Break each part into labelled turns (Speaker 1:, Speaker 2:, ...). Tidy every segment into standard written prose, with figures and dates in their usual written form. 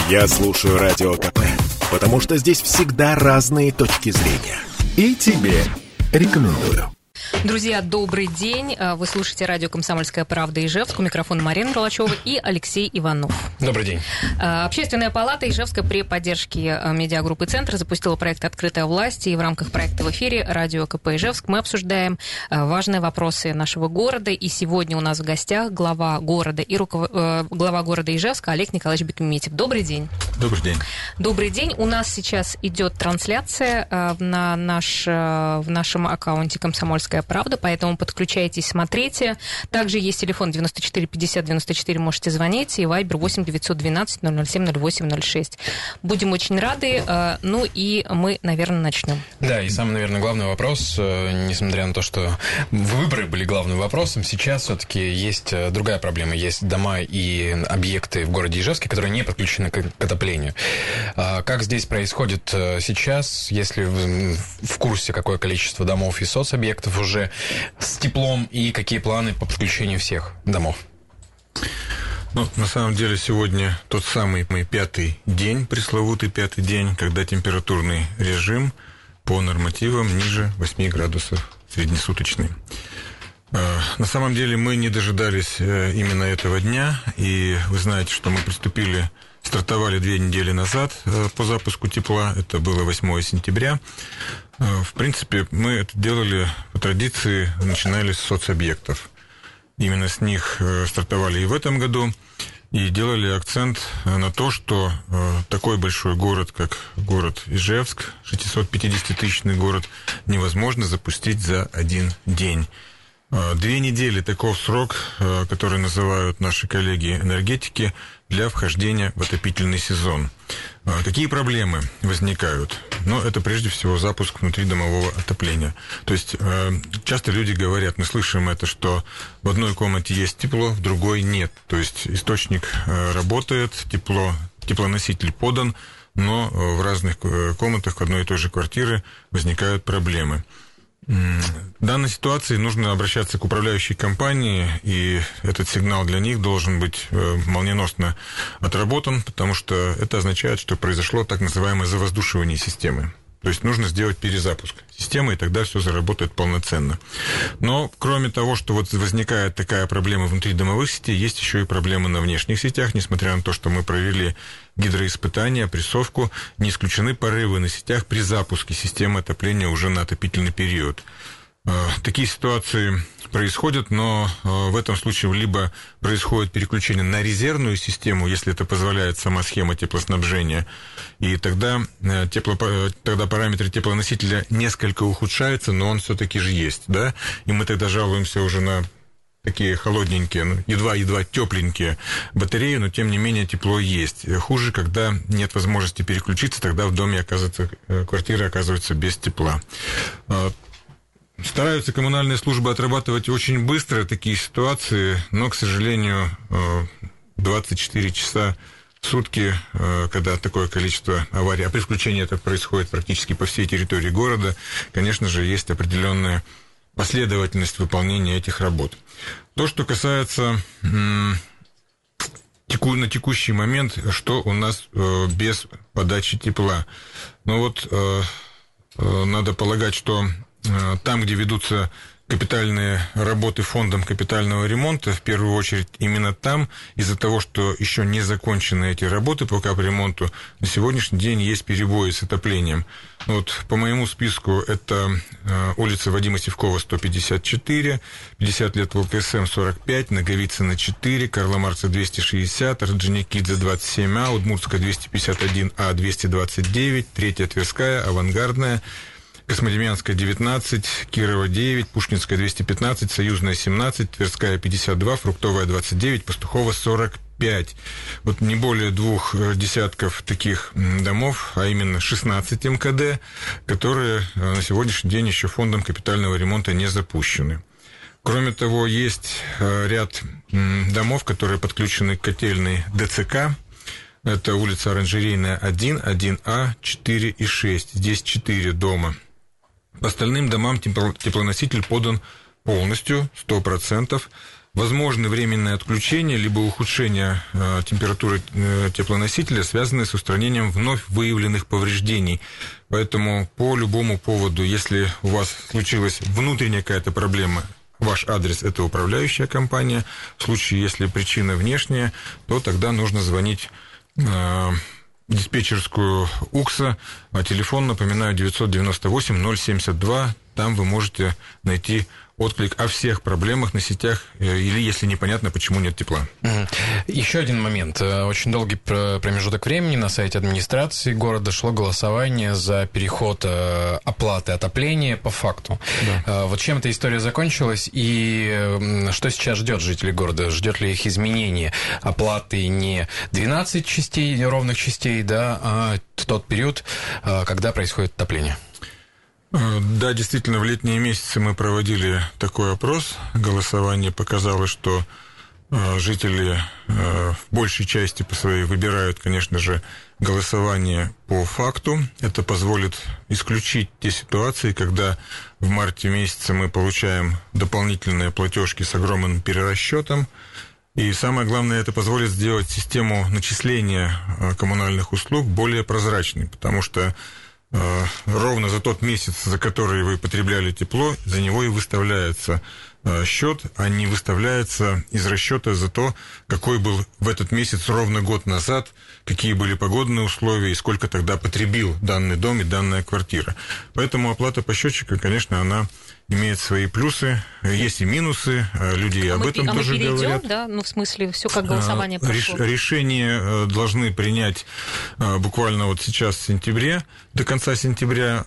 Speaker 1: Я слушаю Радио КП, потому что здесь всегда разные точки зрения. И тебе рекомендую.
Speaker 2: Друзья, добрый день. Вы слушаете радио «Комсомольская правда» Ижевск. У микрофона Марина Ролачева и Алексей Иванов.
Speaker 3: Добрый день.
Speaker 2: Общественная палата Ижевска при поддержке медиагруппы «Центр» запустила проект «Открытая власть». И в рамках проекта в эфире радио КП Ижевск мы обсуждаем важные вопросы нашего города. И сегодня у нас в гостях глава города Ижевска Олег Николаевич Бекметьев. Добрый день.
Speaker 3: Добрый день.
Speaker 2: Добрый день. У нас сейчас идет трансляция в нашем аккаунте «Комсомольская правда», поэтому подключайтесь, смотрите. Также есть телефон 94 50 94, можете звонить, и вайбер 8 912 007 08 06. Будем очень рады, ну и мы, наверное, начнем.
Speaker 3: Да, и самый, наверное, главный вопрос, несмотря на то, что выборы были главным вопросом, сейчас все-таки есть другая проблема. Есть дома и объекты в городе Ижевске, которые не подключены к отоплению. Как здесь происходит сейчас, если вы в курсе, какое количество домов и соцобъектов уже с теплом, и какие планы по подключению всех домов?
Speaker 4: Ну, на самом деле, сегодня тот самый пятый день, пресловутый пятый день, когда температурный режим по нормативам ниже 8 градусов среднесуточный. На самом деле, мы не дожидались именно этого дня, и вы знаете, что мы стартовали 2 недели назад по запуску тепла, это было 8 сентября. В принципе, мы это делали по традиции, начинали с соцобъектов. Именно с них стартовали и в этом году, и делали акцент на то, что такой большой город, как город Ижевск, 650-тысячный город, невозможно запустить за один день. 2 недели таков срок, который называют наши коллеги-энергетики, для вхождения в отопительный сезон. Какие проблемы возникают? Ну, это прежде всего запуск внутридомового отопления. То есть часто люди говорят, мы слышим это, что в одной комнате есть тепло, в другой нет. То есть источник работает, теплоноситель подан, но в разных комнатах одной и той же квартиры возникают проблемы. В данной ситуации нужно обращаться к управляющей компании, и этот сигнал для них должен быть молниеносно отработан, потому что это означает, что произошло так называемое завоздушивание системы. То есть нужно сделать перезапуск системы, и тогда все заработает полноценно. Но кроме того, что вот возникает такая проблема внутри домовых сетей, есть еще и проблемы на внешних сетях. Несмотря на то, что мы провели гидроиспытания, прессовку, не исключены порывы на сетях при запуске системы отопления уже на отопительный период. Такие ситуации происходят, но в этом случае либо происходит переключение на резервную систему, если это позволяет сама схема теплоснабжения, и тогда параметры теплоносителя несколько ухудшаются, но он все-таки же есть, да, и мы тогда жалуемся уже на такие холодненькие, едва-едва тепленькие батареи, но тем не менее тепло есть. Хуже, когда нет возможности переключиться, тогда в доме квартира оказывается без тепла. Стараются коммунальные службы отрабатывать очень быстро такие ситуации, но, к сожалению, 24 часа в сутки, когда такое количество аварий, а при включении это происходит практически по всей территории города, конечно же, есть определенная последовательность выполнения этих работ. То, что касается на текущий момент, что у нас без подачи тепла. Ну вот, надо полагать, что там, где ведутся капитальные работы фондом капитального ремонта, в первую очередь именно там, из-за того, что еще не закончены эти работы по капремонту, на сегодняшний день есть перебои с отоплением. Вот по моему списку это улица Вадима Сивкова, 154, 50 лет ВЛКСМ 45, Наговицына 4, Карла Маркса 260, Орджоникидзе 27А, Удмуртская 251А 229, Третья Тверская, Авангардная, Космодемьянская 19, Кирова 9, Пушкинская 215, Союзная 17, Тверская 52, Фруктовая 29, Пастухова 45. Вот не более 2 десятков таких домов, а именно 16 МКД, которые на сегодняшний день еще фондом капитального ремонта не запущены. Кроме того, есть ряд домов, которые подключены к котельной ДЦК. Это улица Оранжерейная 1, 1А, 4 и 6. Здесь 4 дома. По остальным домам теплоноситель подан полностью, 100%. возможны временное отключение либо ухудшение температуры теплоносителя, связанные с устранением вновь выявленных повреждений. Поэтому по любому поводу, если у вас случилась внутренняя какая-то проблема, ваш адрес – это управляющая компания. В случае, если причина внешняя, то тогда нужно звонить в диспетчерскую УКСа. Телефон, напоминаю, 998-072. Там вы можете найти отклик о всех проблемах на сетях, или если непонятно, почему нет тепла.
Speaker 3: Еще один момент. Очень долгий промежуток времени на сайте администрации города шло голосование за переход оплаты отопления по факту. Да. Вот чем эта история закончилась, и что сейчас ждет жителей города? Ждет ли их изменение оплаты не 12 частей, ровных частей, да, а тот период, когда происходит отопление?
Speaker 4: Да, действительно, в летние месяцы мы проводили такой опрос. Голосование показало, что жители в большей части по своей выбирают, конечно же, голосование по факту. Это позволит исключить те ситуации, когда в марте месяце мы получаем дополнительные платежки с огромным перерасчетом. И самое главное, это позволит сделать систему начисления коммунальных услуг более прозрачной, потому что ровно за тот месяц, за который вы потребляли тепло, за него и выставляется счет, а не выставляется из расчета за то, какой был в этот месяц ровно год назад, какие были погодные условия и сколько тогда потребил данный дом и данная квартира. Поэтому оплата по счетчику, конечно, она имеет свои плюсы, есть и минусы, люди об этом тоже говорят.
Speaker 2: Да? Ну, в смысле, все как голосование прошло.
Speaker 4: Решение должны принять буквально вот сейчас в сентябре, до конца сентября.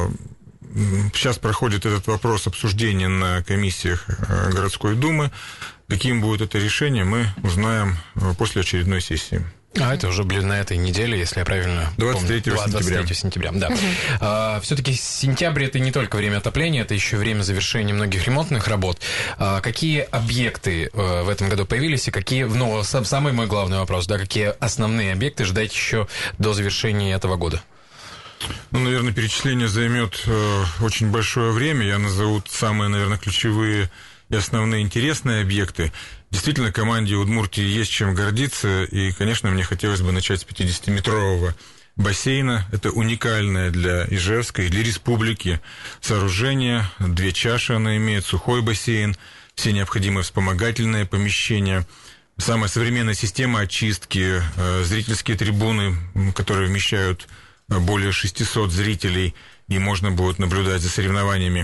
Speaker 4: Сейчас проходит этот вопрос обсуждения на комиссиях городской думы. Каким будет это решение, мы узнаем после очередной сессии.
Speaker 3: Это уже, на этой неделе, если я правильно
Speaker 4: 23
Speaker 3: помню. 23 сентября, да. Все-таки сентябрь – это не только время отопления, это еще время завершения многих ремонтных работ. Какие объекты в этом году появились и какие, самый мой главный вопрос, да, какие основные объекты ждать еще до завершения этого года?
Speaker 4: Наверное, перечисление займет очень большое время. Я назову самые, наверное, ключевые и основные интересные объекты. Действительно, команде Удмуртии есть чем гордиться. И, конечно, мне хотелось бы начать с 50-метрового бассейна. Это уникальное для Ижевска и для республики сооружение. 2 чаши она имеет, сухой бассейн, все необходимые вспомогательные помещения. Самая современная система очистки, зрительские трибуны, которые вмещают более 600 зрителей, и можно будет наблюдать за соревнованиями.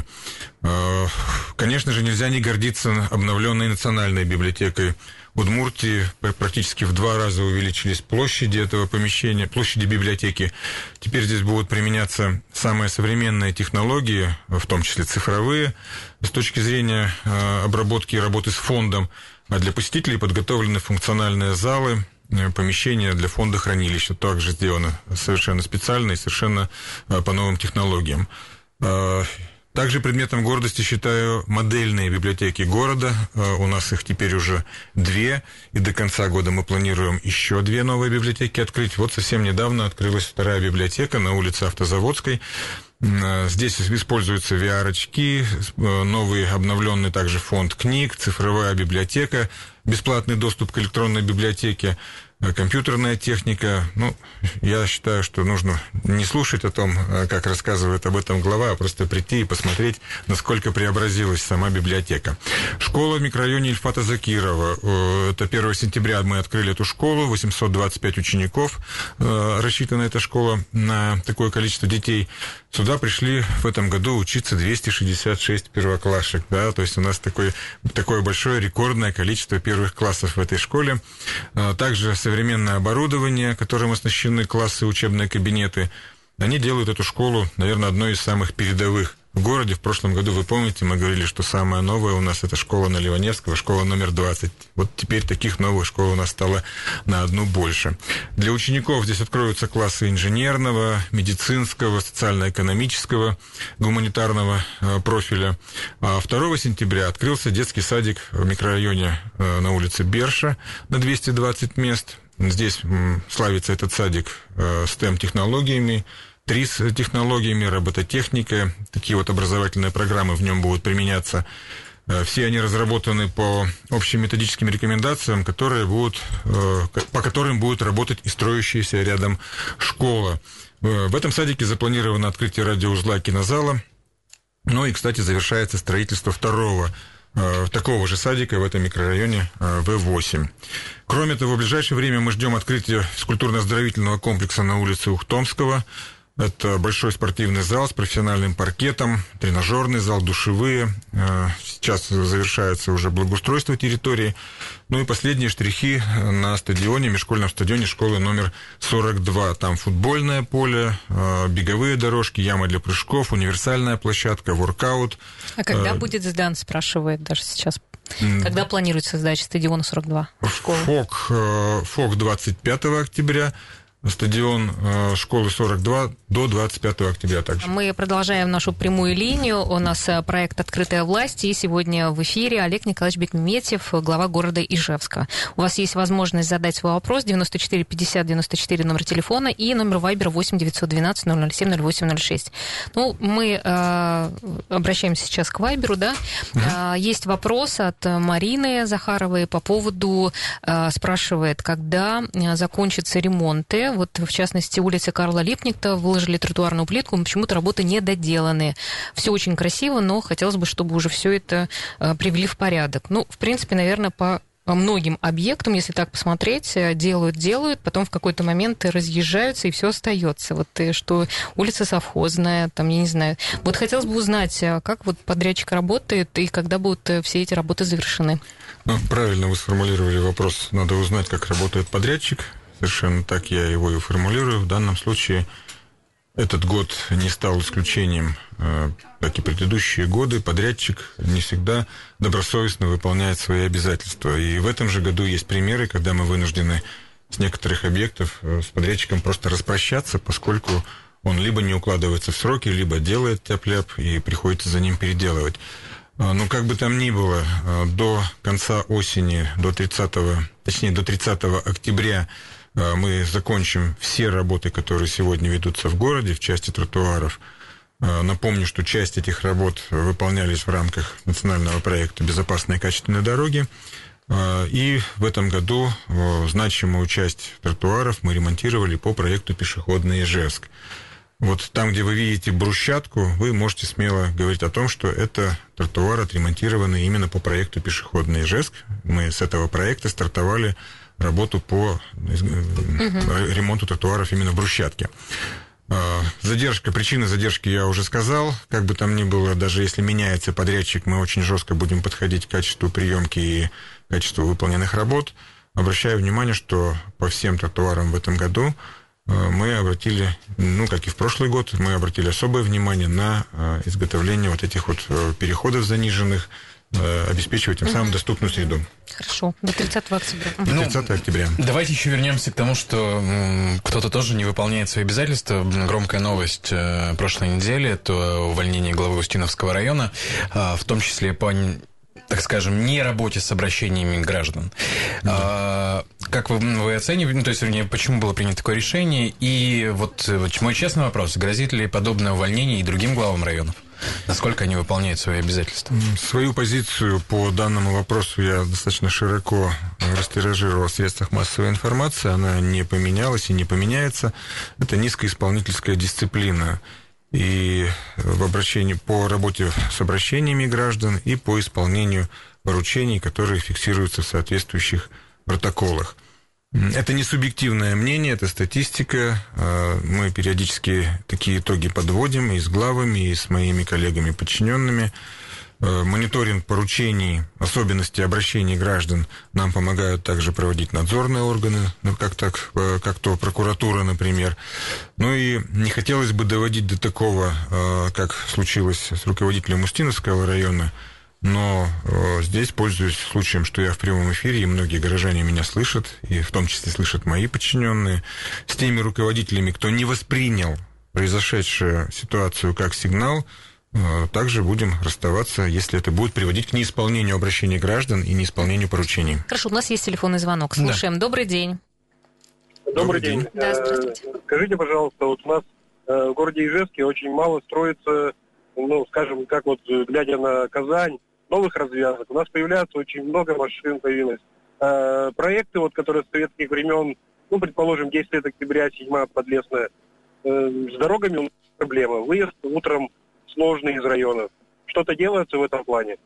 Speaker 4: Конечно же, нельзя не гордиться обновленной национальной библиотекой Удмуртии. Практически в 2 раза увеличились площади этого помещения, площади библиотеки. Теперь здесь будут применяться самые современные технологии, в том числе цифровые, с точки зрения обработки и работы с фондом. А для посетителей подготовлены функциональные залы, помещения для фонда хранилища. Также сделано совершенно специально и совершенно по новым технологиям. Также предметом гордости считаю модельные библиотеки города. У нас их теперь уже 2, и до конца года мы планируем еще 2 новые библиотеки открыть. Вот совсем недавно открылась 2-я библиотека на улице Автозаводской. Здесь используются VR-очки, новый обновленный также фонд книг, цифровая библиотека, бесплатный доступ к электронной библиотеке, компьютерная техника. Я считаю, что нужно не слушать о том, как рассказывает об этом глава, а просто прийти и посмотреть, насколько преобразилась сама библиотека. Школа в микрорайоне Ильфата Закирова. Это 1 сентября мы открыли эту школу, 825 учеников. Рассчитана эта школа на такое количество детей. Сюда пришли в этом году учиться 266 первоклашек. Да? То есть у нас такое большое рекордное количество первых классов в этой школе. Также современное оборудование, которым оснащены классы, учебные кабинеты. Они делают эту школу, наверное, одной из самых передовых в городе. В прошлом году, вы помните, мы говорили, что самая новая у нас это школа на Ливаневского, школа номер 20. Вот теперь таких новых школ у нас стало на 1 больше. Для учеников здесь откроются классы инженерного, медицинского, социально-экономического, гуманитарного профиля. 2 сентября открылся детский садик в микрорайоне на улице Берша на 220 мест. Здесь славится этот садик STEM-технологиями, ТРИС-технологиями, робототехникой. Такие вот образовательные программы в нем будут применяться. Все они разработаны по общим методическим рекомендациям, по которым будет работать и строящаяся рядом школа. В этом садике запланировано открытие радиоузла кинозала. Ну и, кстати, завершается строительство второго такого же садика в этом микрорайоне В8. Кроме того, в ближайшее время мы ждем открытия физкультурно-оздоровительного комплекса на улице Ухтомского. Это большой спортивный зал с профессиональным паркетом, тренажерный зал, душевые. Сейчас завершается уже благоустройство территории. Ну и последние штрихи на стадионе, межшкольном стадионе школы номер 42. Там футбольное поле, беговые дорожки, яма для прыжков, универсальная площадка, воркаут.
Speaker 2: А когда будет сдан, спрашивает даже сейчас. Когда планируется сдача стадиона 42?
Speaker 4: ФОК 25 октября. Стадион школы 42 до 25 октября также.
Speaker 2: Мы продолжаем нашу прямую линию. У нас проект «Открытая власть». И сегодня в эфире Олег Николаевич Бекметьев, глава города Ижевска. У вас есть возможность задать свой вопрос. 94 50 94 номер телефона и номер вайбера 8 912 007 0806. Ну, мы обращаемся сейчас к вайберу, да? Есть вопрос от Марины Захаровой по поводу, спрашивает, когда закончатся ремонты. Вот, в частности, улица Карла Липкнехта, выложили тротуарную плитку, но почему-то работы не доделаны. Все очень красиво, но хотелось бы, чтобы уже все это привели в порядок. Ну, в принципе, наверное, по многим объектам, если так посмотреть, делают, потом в какой-то момент разъезжаются, и все остается. Вот что улица совхозная, там, я не знаю. Вот хотелось бы узнать, как вот подрядчик работает и когда будут все эти работы завершены.
Speaker 4: Ну, правильно вы сформулировали вопрос. Надо узнать, как работает подрядчик. Совершенно так я его и формулирую. В данном случае этот год не стал исключением, как и предыдущие годы. Подрядчик не всегда добросовестно выполняет свои обязательства. И в этом же году есть примеры, когда мы вынуждены с некоторых объектов с подрядчиком просто распрощаться, поскольку он либо не укладывается в сроки, либо делает тяп-ляп, и приходится за ним переделывать. Но как бы там ни было, до конца осени, до 30 октября мы закончим все работы, которые сегодня ведутся в городе в части тротуаров. Напомню, что часть этих работ выполнялись в рамках национального проекта «Безопасные и качественные дороги». И в этом году значимую часть тротуаров мы ремонтировали по проекту «Пешеходный Ижевск». Вот там, где вы видите брусчатку, вы можете смело говорить о том, что это тротуар отремонтированный именно по проекту «Пешеходный Ижевск». Мы с этого проекта стартовали работу по ремонту тротуаров именно в брусчатке. Причины задержки я уже сказал. Как бы там ни было, даже если меняется подрядчик, мы очень жестко будем подходить к качеству приемки и качеству выполненных работ. Обращаю внимание, что по всем тротуарам в этом году мы обратили, как и в прошлый год, мы обратили особое внимание на изготовление вот этих вот переходов заниженных, обеспечивать тем самым доступную среду.
Speaker 2: Хорошо, до 30 октября.
Speaker 4: До 30 октября.
Speaker 3: Давайте еще вернемся к тому, что кто-то тоже не выполняет свои обязательства. Громкая новость прошлой недели – это увольнение главы Устиновского района, в том числе по, так скажем, не работе с обращениями граждан. Как вы оцениваете, то есть, вернее, почему было принято такое решение? И вот мой честный вопрос, грозит ли подобное увольнение и другим главам районов? Насколько они выполняют свои обязательства?
Speaker 4: Свою позицию по данному вопросу я достаточно широко растиражировал в средствах массовой информации. Она не поменялась и не поменяется. Это низкоисполнительская дисциплина. И по работе с обращениями граждан и по исполнению поручений, которые фиксируются в соответствующих протоколах. Это не субъективное мнение, это статистика. Мы периодически такие итоги подводим и с главами, и с моими коллегами-подчиненными. Мониторинг поручений, особенности обращений граждан нам помогают также проводить надзорные органы, как то прокуратура, например. Ну и не хотелось бы доводить до такого, как случилось с руководителем Устиновского района, но здесь пользуюсь случаем, что я в прямом эфире, и многие горожане меня слышат, и в том числе слышат мои подчиненные, с теми руководителями, кто не воспринял произошедшую ситуацию как сигнал, также будем расставаться, если это будет приводить к неисполнению обращений граждан и неисполнению поручений.
Speaker 2: Хорошо, у нас есть телефонный звонок. Слушаем. Да. Добрый день.
Speaker 5: Добрый день.
Speaker 2: Да, здравствуйте.
Speaker 5: Скажите, пожалуйста, вот у нас в городе Ижевске очень мало строится, скажем, как вот глядя на Казань, новых развязок. У нас появляется очень много машин появилось. Проекты, которые с советских времен, предположим, 10 лет октября, 7-я Подлесная, с дорогами у нас проблема. Выезд утром сложный из районов. Что-то делается в этом плане?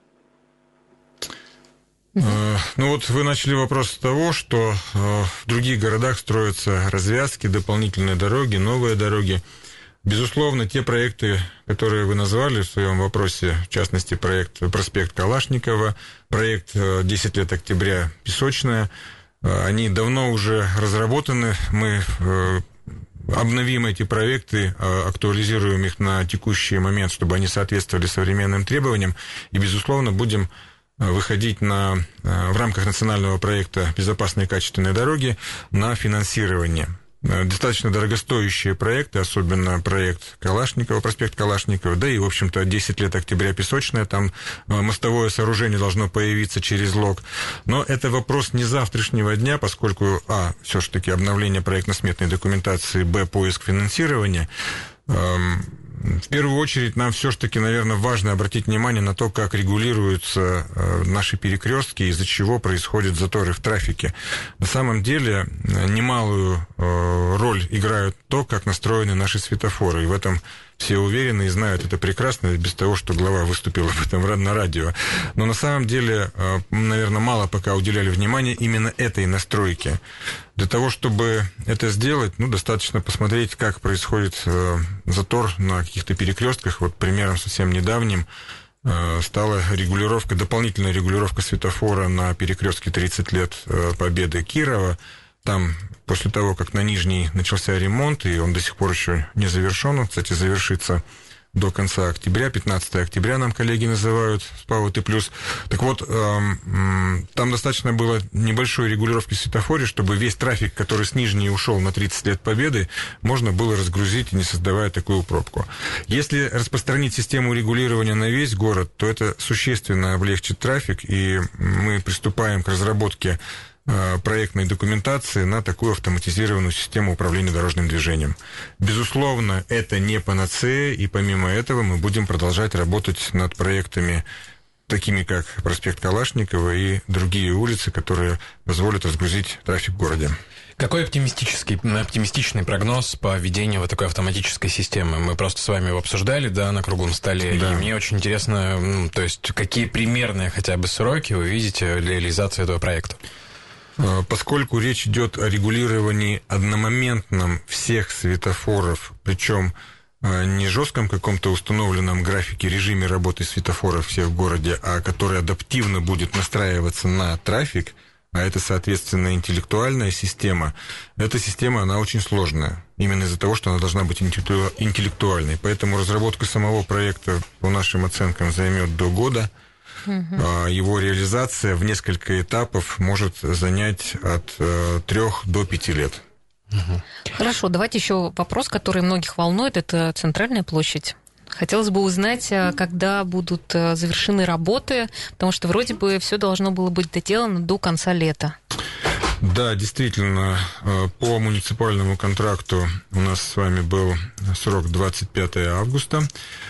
Speaker 4: Вы начали вопрос с того, что в других городах строятся развязки, дополнительные дороги, новые дороги. Безусловно, те проекты, которые вы назвали в своем вопросе, в частности, проект «Проспект Калашникова», проект «10 лет октября. Песочная», они давно уже разработаны. Мы обновим эти проекты, актуализируем их на текущий момент, чтобы они соответствовали современным требованиям, и, безусловно, будем выходить в рамках национального проекта «Безопасные и качественные дороги» на финансирование. Достаточно дорогостоящие проекты, особенно проект Калашникова, проспект Калашникова, да и, в общем-то, 10 лет октября Песочная, там мостовое сооружение должно появиться через ЛОГ. Но это вопрос не завтрашнего дня, поскольку, все-таки обновление проектно-сметной документации, поиск финансирования. В первую очередь нам все-таки, наверное, важно обратить внимание на то, как регулируются наши перекрестки, из-за чего происходят заторы в трафике. На самом деле немалую роль играют то, как настроены наши светофоры. И в этом все уверены и знают это прекрасно, без того, что глава выступил об этом на радио. Но на самом деле, наверное, мало пока уделяли внимания именно этой настройке. Для того, чтобы это сделать, достаточно посмотреть, как происходит затор на каких-то перекрестках. Примером совсем недавним стала дополнительная регулировка светофора на перекрестке 30 лет Победы Кирова. Там, после того, как на Нижней начался ремонт, и он до сих пор еще не завершен, он, кстати, завершится до конца октября, 15 октября нам коллеги называют, СПА ВТ+. Так вот, там достаточно было небольшой регулировки в светофоре, чтобы весь трафик, который с Нижней ушел на 30 лет Победы, можно было разгрузить, не создавая такую пробку. Если распространить систему регулирования на весь город, то это существенно облегчит трафик, и мы приступаем к разработке проектной документации на такую автоматизированную систему управления дорожным движением. Безусловно, это не панацея, и помимо этого мы будем продолжать работать над проектами, такими как проспект Калашникова и другие улицы, которые позволят разгрузить трафик в городе.
Speaker 3: Какой оптимистичный прогноз по введению такой автоматической системы? Мы просто с вами его обсуждали, на круглом столе. Да. И мне очень интересно, какие примерные хотя бы сроки вы видите для реализации этого проекта?
Speaker 4: Поскольку речь идет о регулировании одномоментном всех светофоров, причем не жестком каком-то установленном графике, режиме работы светофоров всех в городе, а который адаптивно будет настраиваться на трафик, а это, соответственно, интеллектуальная система, эта система, она очень сложная, именно из-за того, что она должна быть интеллектуальной. Поэтому разработка самого проекта, по нашим оценкам, займет до года. Его реализация в несколько этапов может занять от 3 до 5 лет.
Speaker 2: Хорошо, давайте еще вопрос, который многих волнует, это Центральная площадь. Хотелось бы узнать, когда будут завершены работы, потому что вроде бы все должно было быть доделано до конца лета.
Speaker 4: Да, действительно, по муниципальному контракту у нас с вами был срок 25 августа.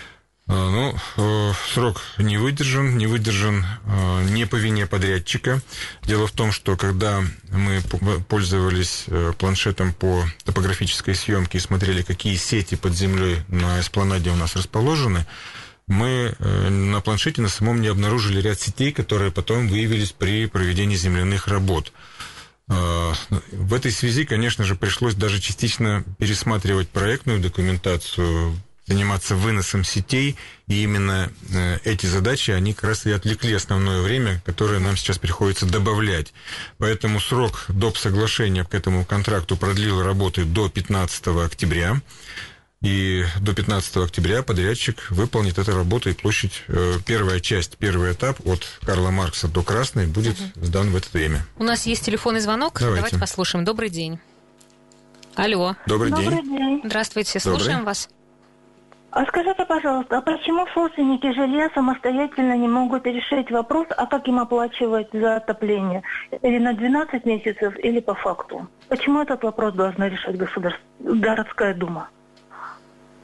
Speaker 4: Срок не выдержан не по вине подрядчика. Дело в том, что когда мы пользовались планшетом по топографической съемке и смотрели, какие сети под землей на эспланаде у нас расположены, мы на планшете на самом не обнаружили ряд сетей, которые потом выявились при проведении земляных работ. В этой связи, конечно же, пришлось даже частично пересматривать проектную документацию, заниматься выносом сетей, и именно эти задачи, они как раз и отвлекли основное время, которое нам сейчас приходится добавлять. Поэтому срок доп. Соглашения к этому контракту продлил работы до 15 октября, и до 15 октября подрядчик выполнит эту работу, и площадь, первый этап от Карла Маркса до Красной будет сдан в это время.
Speaker 2: У нас есть телефонный звонок, давайте послушаем. Добрый день. Алло.
Speaker 4: Добрый день.
Speaker 2: Здравствуйте, слушаем вас.
Speaker 6: А скажите, пожалуйста, а почему собственники жилья самостоятельно не могут решить вопрос, а как им оплачивать за отопление? Или на 12 месяцев, или по факту? Почему этот вопрос должна решать городская дума?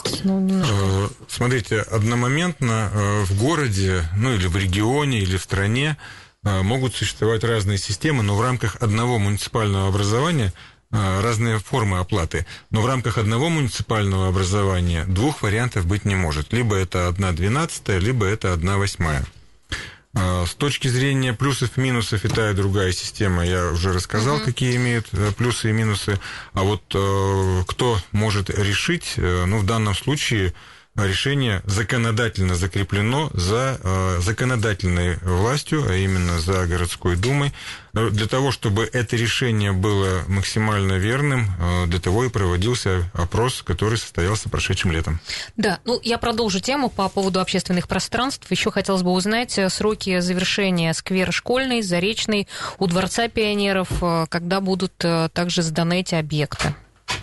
Speaker 2: вот немножко...
Speaker 4: Смотрите, одномоментно в городе, или в регионе, или в стране могут существовать разные системы, но в рамках одного муниципального образования разные формы оплаты. Но в рамках одного муниципального образования двух вариантов быть не может. Либо это 1/12, либо это 1/8. С точки зрения плюсов и минусов и та, и другая система, я уже рассказал, какие имеют плюсы и минусы. А вот кто может решить, в данном случае решение законодательно закреплено за законодательной властью, а именно за городской думой. Для того, чтобы это решение было максимально верным, для того и проводился опрос, который состоялся прошедшим летом.
Speaker 2: Да, я продолжу тему по поводу общественных пространств. Еще хотелось бы узнать сроки завершения сквера Школьный, Заречный, у Дворца пионеров, когда будут также сданы эти объекты.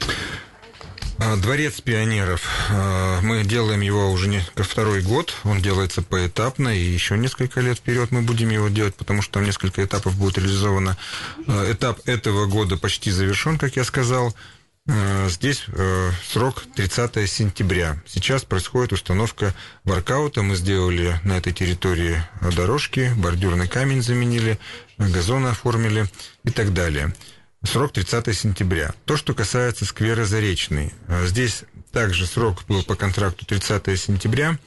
Speaker 4: Дворец пионеров, мы делаем его уже не второй год, он делается поэтапно, и еще несколько лет вперед мы будем его делать, потому что там несколько этапов будет реализовано. Этап этого года почти завершен, как я сказал. Здесь срок 30 сентября. Сейчас происходит установка воркаута. Мы сделали на этой территории дорожки, бордюрный камень заменили, газоны оформили и так далее. Срок 30 сентября. То, что касается сквера Заречный. Здесь также срок был по контракту 30 сентября.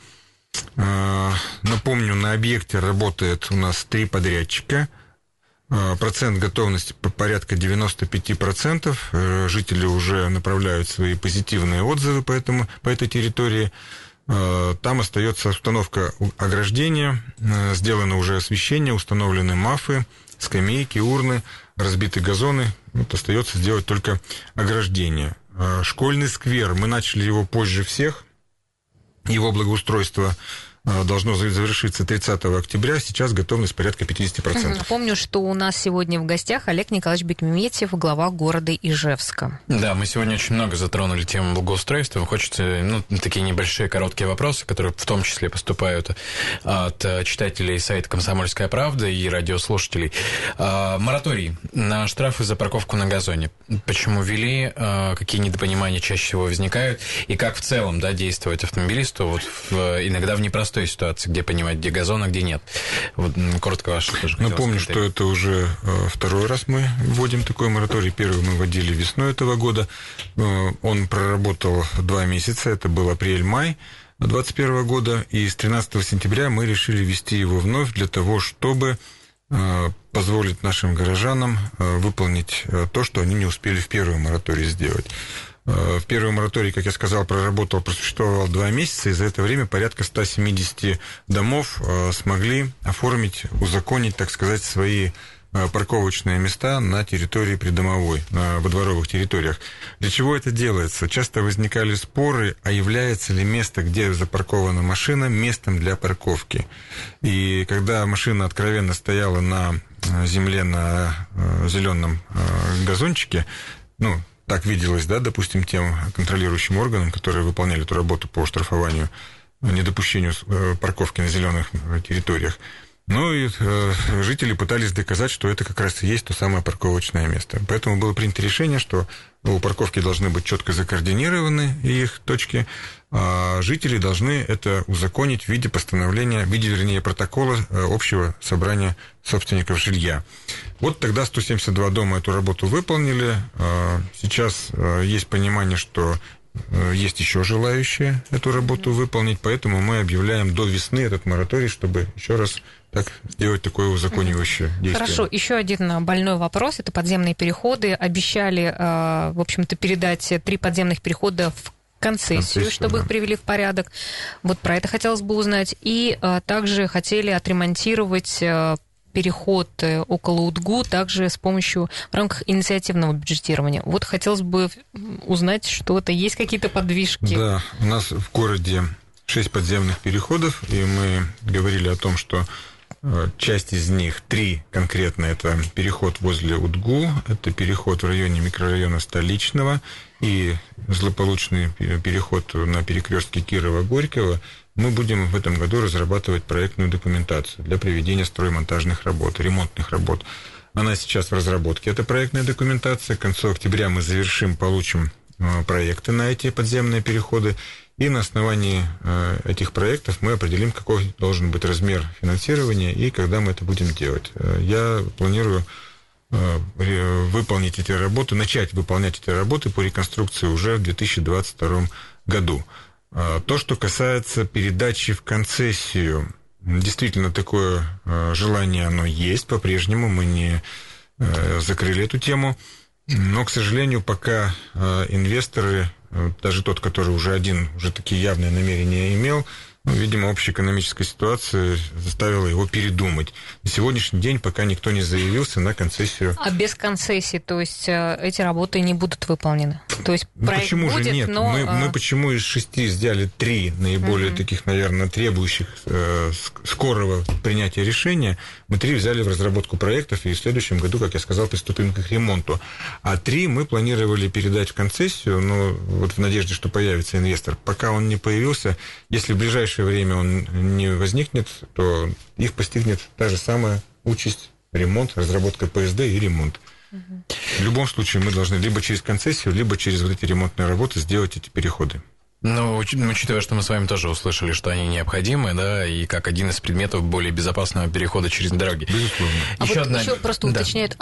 Speaker 4: Напомню, на объекте работает у нас 3 подрядчика. Процент готовности порядка 95%. Жители уже направляют свои позитивные отзывы по этой территории. Там остается установка ограждения, сделано уже освещение, установлены мафы, скамейки, урны, разбиты газоны. Остается сделать только ограждение. Школьный сквер, мы начали его позже всех. Его благоустройство должно завершиться 30 октября, сейчас готовность порядка 50%.
Speaker 2: Помню, что у нас сегодня в гостях Олег Николаевич Бекметьев, глава города Ижевска.
Speaker 3: Да, мы сегодня очень много затронули тему благоустройства. Хочется, такие небольшие короткие вопросы, которые в том числе поступают от читателей сайта «Комсомольская правда» и радиослушателей. Мораторий на штрафы за парковку на газоне. Почему ввели, какие недопонимания чаще всего возникают, и как в целом действовать автомобилисту иногда в непростой ситуации, где понимать, где газон, а где нет. Коротко ваше тоже.
Speaker 4: Напомню, что это уже второй раз мы вводим такой мораторий. Первый мы вводили весной этого года. Он проработал 2 месяца, это был апрель-май 2021 года, и с 13 сентября мы решили ввести его вновь для того, чтобы позволить нашим горожанам выполнить то, что они не успели в первый мораторий сделать. В первый мораторий, как я сказал, просуществовал 2 месяца, и за это время порядка 170 домов смогли оформить, узаконить, так сказать, свои парковочные места на территории придомовой, во дворовых территориях. Для чего это делается? Часто возникали споры, а является ли место, где запаркована машина, местом для парковки. И когда машина откровенно стояла на земле, на зеленом газончике, так виделось, допустим, тем контролирующим органам, которые выполняли эту работу по штрафованию, недопущению парковки на зеленых территориях. И жители пытались доказать, что это как раз и есть то самое парковочное место. Поэтому было принято решение, что у парковки должны быть четко закоординированы их точки, а жители должны это узаконить в виде постановления, протокола общего собрания собственников жилья. Тогда 172 дома эту работу выполнили. Сейчас есть понимание, что есть еще желающие эту работу выполнить, поэтому мы объявляем до весны этот мораторий, чтобы еще раз сделать такое узаконивающее действие.
Speaker 2: Хорошо, еще один больной вопрос, это подземные переходы. Обещали, в общем-то, передать 3 подземных перехода в концессию, чтобы их привели в порядок. Про это хотелось бы узнать. И также хотели отремонтировать переход около УДГУ также в рамках инициативного бюджетирования. Хотелось бы узнать, что-то, есть какие-то подвижки?
Speaker 4: Да, у нас в городе 6 подземных переходов, и мы говорили о том, что часть из них, 3 конкретно, это переход возле УДГУ, это переход в районе микрорайона Столичного и злополучный переход на перекрестке Кирова-Горького. Мы будем в этом году разрабатывать проектную документацию для проведения строймонтажных работ, ремонтных работ. Она сейчас в разработке, эта проектная документация. К концу октября мы получим проекты на эти подземные переходы. И на основании этих проектов мы определим, какой должен быть размер финансирования и когда мы это будем делать. Я планирую выполнить эти работы, начать выполнять эти работы по реконструкции уже в 2022 году. То, что касается передачи в концессию, действительно такое желание оно есть, по-прежнему мы не закрыли эту тему, но, к сожалению, пока инвесторы, даже тот, который уже такие явные намерения имел, видимо, общая экономическая ситуация заставила его передумать. На сегодняшний день пока никто не заявился на концессию. А без концессии, то есть эти работы не будут выполнены? То есть проект почему будет, же нет? Но... Мы почему из 6 сделали 3 наиболее таких, наверное, требующих скорого принятия решения? Мы 3 взяли в разработку проектов, и в следующем году, как я сказал, приступим к их ремонту. А 3 мы планировали передать в концессию, но вот в надежде, что появится инвестор. Пока он не появился, если в ближайшее время он не возникнет, то их постигнет та же самая участь: ремонт, разработка ПСД и ремонт. В любом случае мы должны либо через концессию, либо через вот эти ремонтные работы сделать эти переходы.
Speaker 3: Ну, учитывая, что мы с вами тоже услышали, что они необходимы, да, и как один из предметов более безопасного перехода через дороги.
Speaker 4: Безусловно.
Speaker 2: Еще просто уточняют,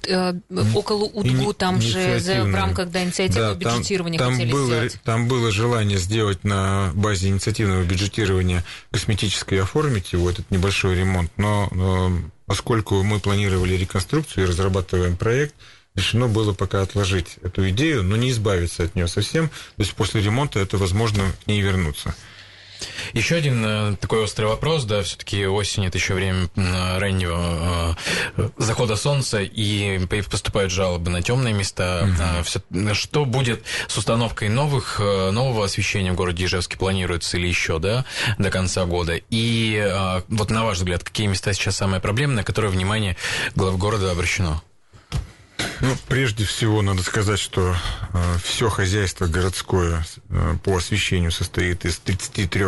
Speaker 2: около УДГУ там же в рамках инициативного бюджетирования хотели сделать.
Speaker 4: Там было желание сделать на базе инициативного бюджетирования косметически оформить его, этот небольшой ремонт, но поскольку мы планировали реконструкцию и разрабатываем проект, решено было пока отложить эту идею, но не избавиться от нее совсем. То есть после ремонта это возможно к ней вернуться.
Speaker 3: Еще один такой острый вопрос, да, все-таки осень — это еще время раннего захода солнца, и поступают жалобы на темные места. Что будет с установкой нового освещения в городе Ижевске, планируется или еще, да, до конца года? И вот на ваш взгляд, какие места сейчас самые проблемные, на которые внимание глав города обращено?
Speaker 4: Ну, прежде всего, надо сказать, что все хозяйство городское по освещению состоит из 33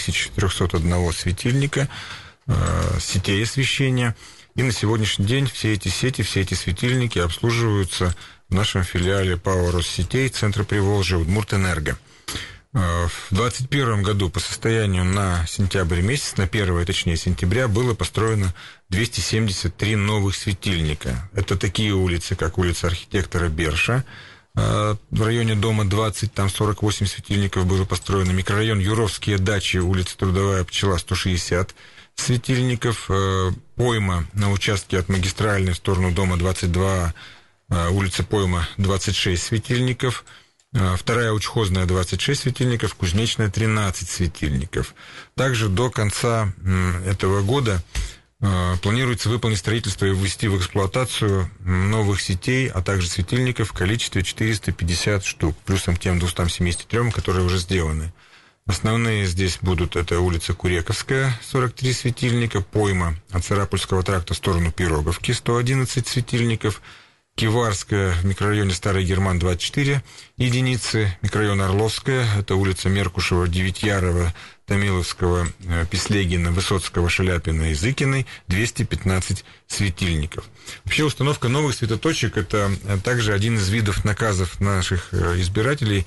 Speaker 4: 301 светильника, сетей освещения. И на сегодняшний день все эти сети, все эти светильники обслуживаются в нашем филиале ПАО «Россетей» Центра Приволжья «Удмуртэнерго». В 2021 году по состоянию на сентябрь месяц, на 1, точнее, сентября, было построено 273 новых светильника. Это такие улицы, как улица архитектора Берша, в районе дома 20, там 48 светильников было построено. Микрорайон Юровские дачи, улица Трудовая Пчела, 160 светильников. Пойма на участке от магистральной в сторону дома 22, улица Пойма, 26 светильников. Вторая учхозная 26 светильников, Кузнечная 13 светильников. Также до конца этого года планируется выполнить строительство и ввести в эксплуатацию новых сетей, а также светильников в количестве 450 штук, плюсом тем 273, которые уже сделаны. Основные здесь будут это улица Курековская, 43 светильника, Пойма от Сарапульского тракта в сторону Пироговки, 111 светильников, Киварская в микрорайоне Старый Герман 24 единицы, микрорайон Орловская, это улица Меркушева, Девятьярова, Томиловского, Песлегина, Высоцкого, Шаляпина и Зыкиной 215 светильников. Вообще установка новых светоточек – это также один из видов наказов наших избирателей.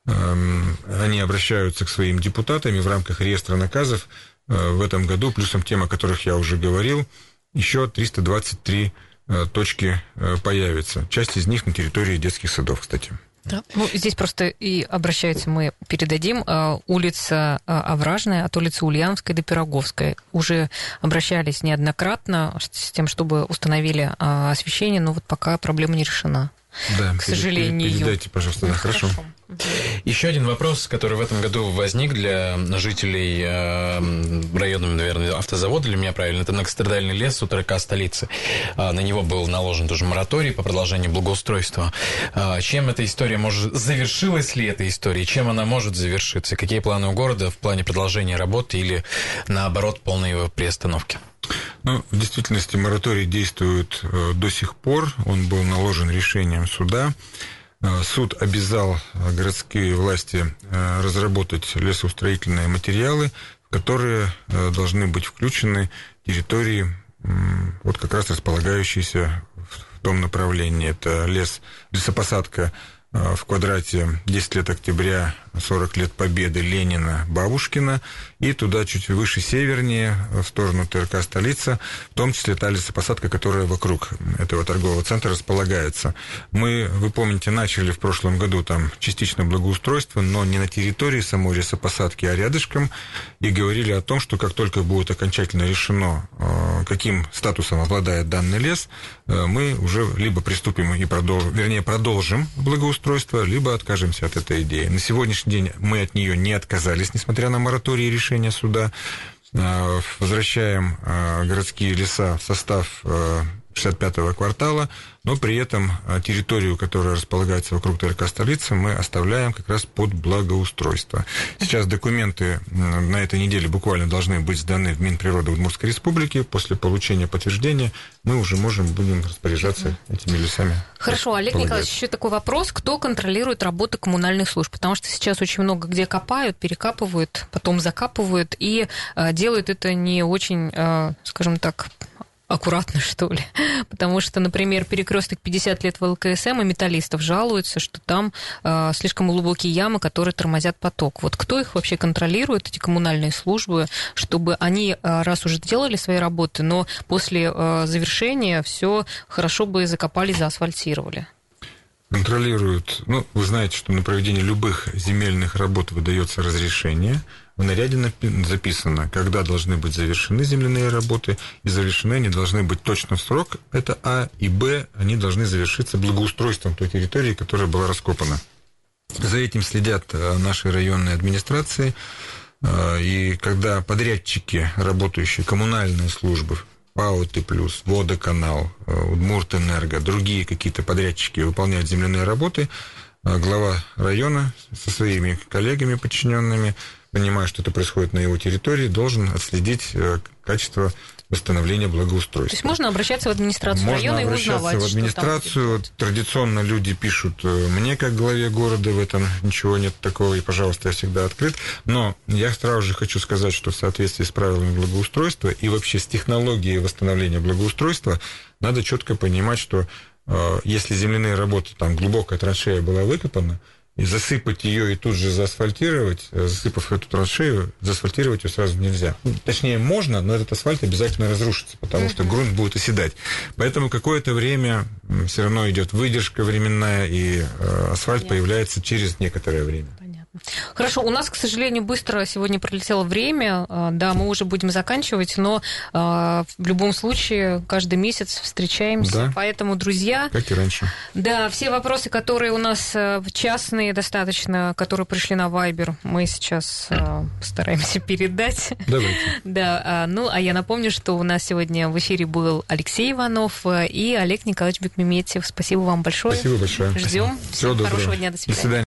Speaker 4: Они обращаются к своим депутатам и в рамках реестра наказов в этом году, плюсом тем, о которых я уже говорил, еще 323 точки появятся. Часть из них на территории детских садов, кстати.
Speaker 2: Да. Ну, здесь просто и обращаются, мы передадим, улица Овражная от улицы Ульяновской до Пироговской. Уже обращались неоднократно с тем, чтобы установили освещение, но вот пока проблема не решена.
Speaker 4: Да,
Speaker 2: к сожалению.
Speaker 4: Передайте, пожалуйста, да, хорошо.
Speaker 3: Еще один вопрос, который в этом году возник для жителей района, наверное, автозавода, для меня правильно, это многострадальный лес у ТРК столицы. На него был наложен тоже мораторий по продолжению благоустройства. Чем эта история может... Завершилась ли эта история? Чем она может завершиться? Какие планы у города в плане продолжения работы или, наоборот, полной его приостановки?
Speaker 4: Ну, в действительности мораторий действует до сих пор. Он был наложен решением суда. Суд обязал городские власти разработать лесоустроительные материалы, в которые должны быть включены территории, вот как раз располагающиеся в том направлении. Это лесопосадка в квадрате 10 лет октября 40 лет Победы, Ленина, Бабушкина, и туда чуть выше, севернее, в сторону ТРК «Столица», в том числе та лесопосадка, которая вокруг этого торгового центра располагается. Вы помните, начали в прошлом году там частично благоустройство, но не на территории самой лесопосадки, а рядышком, и говорили о том, что как только будет окончательно решено, каким статусом обладает данный лес, мы уже либо приступим и продолжим благоустройство, либо откажемся от этой идеи. На сегодняшний день мы от нее не отказались, несмотря на мораторий и решение суда. Возвращаем городские леса в состав 65-го квартала, но при этом территорию, которая располагается вокруг ТРК «Столица», мы оставляем как раз под благоустройство. Сейчас документы на этой неделе буквально должны быть сданы в Минприроды Удмуртской Республики. После получения подтверждения мы уже будем распоряжаться этими лесами.
Speaker 2: Хорошо, Олег Николаевич, еще такой вопрос. Кто контролирует работу коммунальных служб? Потому что сейчас очень много где копают, перекапывают, потом закапывают, и делают это не очень, скажем так, аккуратно, что ли. Потому что, например, перекресток 50 лет ВЛКСМ и металлистов жалуются, что там слишком глубокие ямы, которые тормозят поток. Вот кто их вообще контролирует, эти коммунальные службы, чтобы они, раз уже делали свои работы, но после завершения все хорошо бы закопали, заасфальтировали?
Speaker 4: Контролируют. Вы знаете, что на проведение любых земельных работ выдается разрешение. В наряде записано, когда должны быть завершены земляные работы, и завершены они должны быть точно в срок, это А, и Б, они должны завершиться благоустройством той территории, которая была раскопана. За этим следят наши районные администрации, и когда подрядчики, работающие коммунальные службы, ПАО «Ты+», Водоканал, Удмуртэнерго, другие какие-то подрядчики выполняют земляные работы, глава района со своими коллегами, подчиненными, понимая, что это происходит на его территории, должен отследить качество восстановления благоустройства.
Speaker 2: То есть можно обращаться в администрацию района и узнавать, что там. Можно обращаться в администрацию.
Speaker 4: Традиционно люди пишут мне, как главе города, в этом ничего нет такого, и, пожалуйста, я всегда открыт. Но я сразу же хочу сказать, что в соответствии с правилами благоустройства и вообще с технологией восстановления благоустройства надо четко понимать, что если земляные работы, там глубокая траншея была выкопана, и засыпать ее и тут же заасфальтировать, засыпав эту траншею, заасфальтировать ее сразу нельзя. Точнее, можно, но этот асфальт обязательно разрушится, потому что грунт будет оседать. Поэтому какое-то время все равно идет выдержка временная, и асфальт появляется через некоторое время.
Speaker 2: Хорошо, у нас, к сожалению, быстро сегодня пролетело время, да, мы уже будем заканчивать, но в любом случае каждый месяц встречаемся, да, поэтому, друзья...
Speaker 4: Как и раньше.
Speaker 2: Да, все вопросы, которые у нас частные достаточно, которые пришли на Viber, мы сейчас постараемся передать.
Speaker 4: Давайте.
Speaker 2: Да, а я напомню, что у нас сегодня в эфире был Алексей Иванов и Олег Николаевич Бекмеметьев. Спасибо вам большое.
Speaker 4: Спасибо большое.
Speaker 2: Ждем. Всего хорошего дня. До свидания.